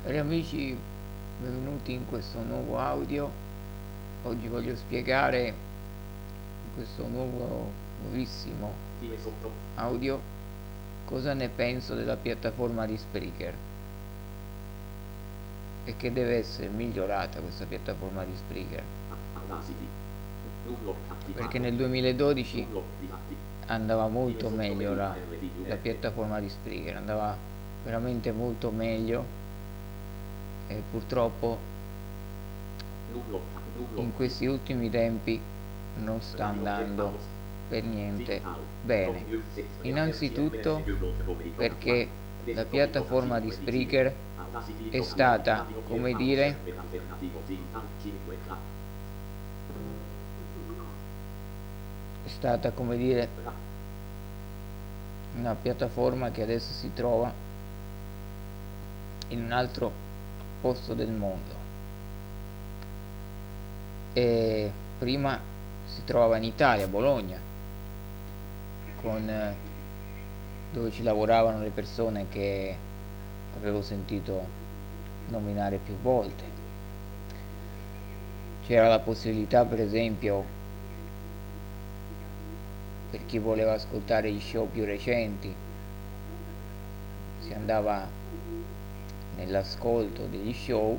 Cari amici, benvenuti in questo nuovo audio. Oggi voglio spiegare in questo nuovissimo audio cosa ne penso della piattaforma di Spreaker e che deve essere migliorata questa piattaforma di Spreaker, perché nel 2012 andava molto meglio la piattaforma di Spreaker, andava veramente molto meglio, e purtroppo in questi ultimi tempi non sta andando per niente bene. Innanzitutto perché la piattaforma di Spreaker è stata, come dire, una piattaforma che adesso si trova in un altro posto del mondo, e prima si trovava in Italia, a Bologna, dove ci lavoravano le persone che avevo sentito nominare più volte. C'era la possibilità, per esempio, per chi voleva ascoltare gli show più recenti, si andava nell'ascolto degli show,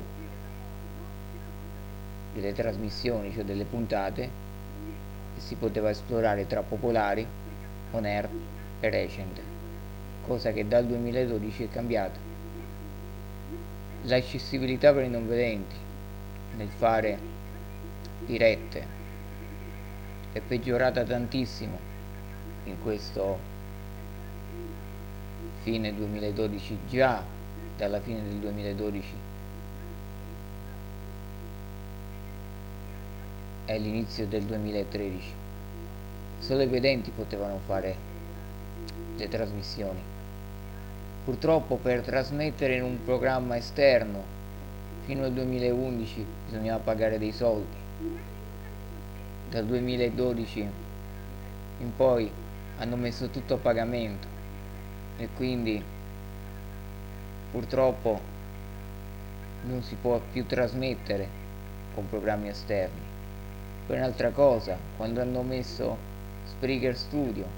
delle trasmissioni, cioè delle puntate, e si poteva esplorare tra popolari, on air e recent, cosa che dal 2012 è cambiata. L'accessibilità per i non vedenti nel fare dirette è peggiorata tantissimo in questo fine 2012, già dalla fine del 2012 e all'inizio del 2013 solo i vedenti potevano fare le trasmissioni. Purtroppo per trasmettere in un programma esterno fino al 2011 bisognava pagare dei soldi. Dal 2012 in poi hanno messo tutto a pagamento e quindi purtroppo non si può più trasmettere con programmi esterni. Poi un'altra cosa, quando hanno messo Spreaker Studio,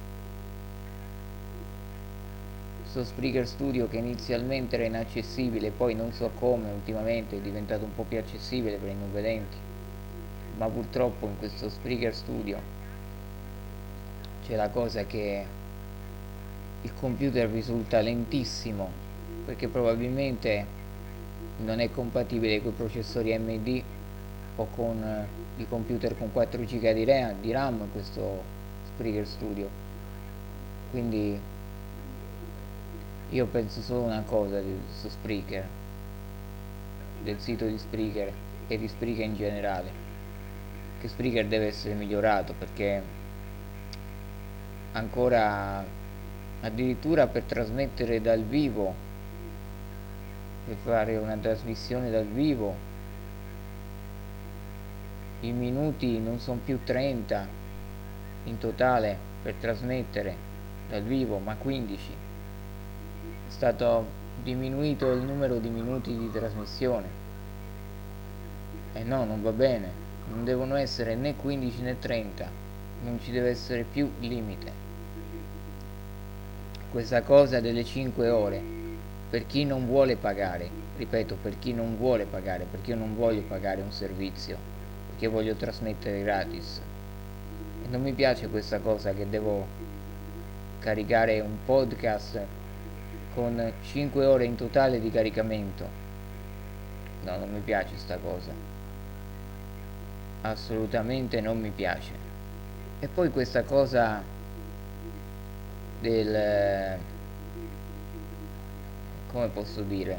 Spreaker Studio che inizialmente era inaccessibile, poi non so come ultimamente è diventato un po' più accessibile per i non vedenti, ma purtroppo in questo Spreaker Studio c'è la cosa che il computer risulta lentissimo, perché probabilmente non è compatibile con i processori AMD o con i computer con 4 GB di RAM questo Spreaker Studio. Quindi io penso solo una cosa su Spreaker, del sito di Spreaker e di Spreaker in generale, che Spreaker deve essere migliorato, perché ancora addirittura per trasmettere dal vivo, per fare una trasmissione dal vivo, i minuti non sono più 30 in totale per trasmettere dal vivo, ma 15. È stato diminuito il numero di minuti di trasmissione, e no, non va bene, non devono essere né 15 né 30, non ci deve essere più limite. Questa cosa delle 5 ore per chi non vuole pagare, ripeto, per chi non vuole pagare, perché io non voglio pagare un servizio, perché voglio trasmettere gratis, e non mi piace questa cosa che devo caricare un podcast con 5 ore in totale di caricamento. No, non mi piace sta cosa, assolutamente non mi piace. E poi questa cosa del, come posso dire,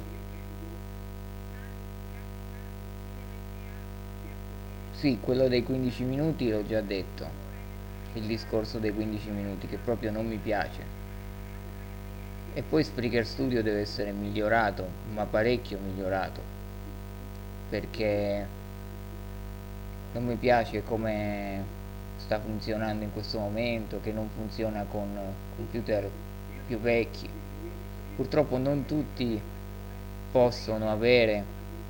sì, quello dei 15 minuti l'ho già detto, il discorso dei 15 minuti che proprio non mi piace. E poi Spreaker Studio deve essere migliorato, ma parecchio migliorato, perché non mi piace come sta funzionando in questo momento, che non funziona con computer più vecchi. Purtroppo non tutti possono avere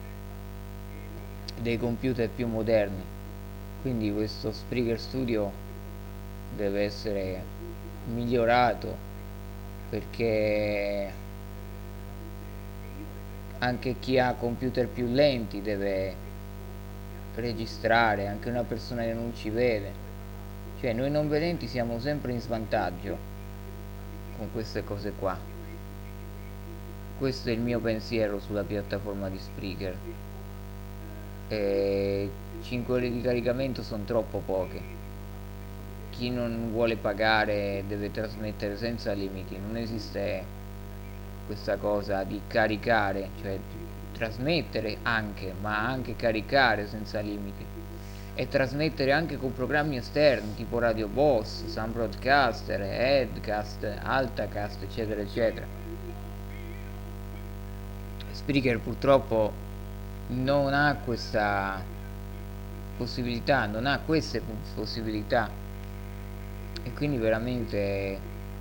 dei computer più moderni. Quindi questo Spreaker Studio deve essere migliorato, perché anche chi ha computer più lenti deve registrare, anche una persona che non ci vede. Cioè noi non vedenti siamo sempre in svantaggio con queste cose qua. Questo è il mio pensiero sulla piattaforma di Spreaker. 5 ore di caricamento sono troppo poche. Chi non vuole pagare deve trasmettere senza limiti. Non esiste questa cosa di caricare, cioè trasmettere anche, ma anche caricare senza limiti, e trasmettere anche con programmi esterni tipo Radio Boss, Sun Broadcaster, Edcast, Altacast, eccetera eccetera. Spreaker purtroppo non ha questa possibilità, non ha queste possibilità, e quindi veramente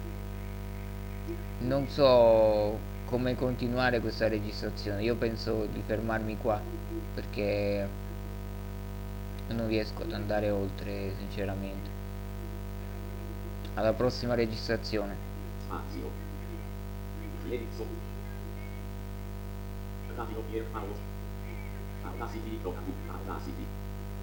non so come continuare questa registrazione. Io penso di fermarmi qua, perché non riesco ad andare oltre, sinceramente. Alla prossima registrazione. Spazio. Lenzo. Radio Pierpaolo. Audacity. Audacity.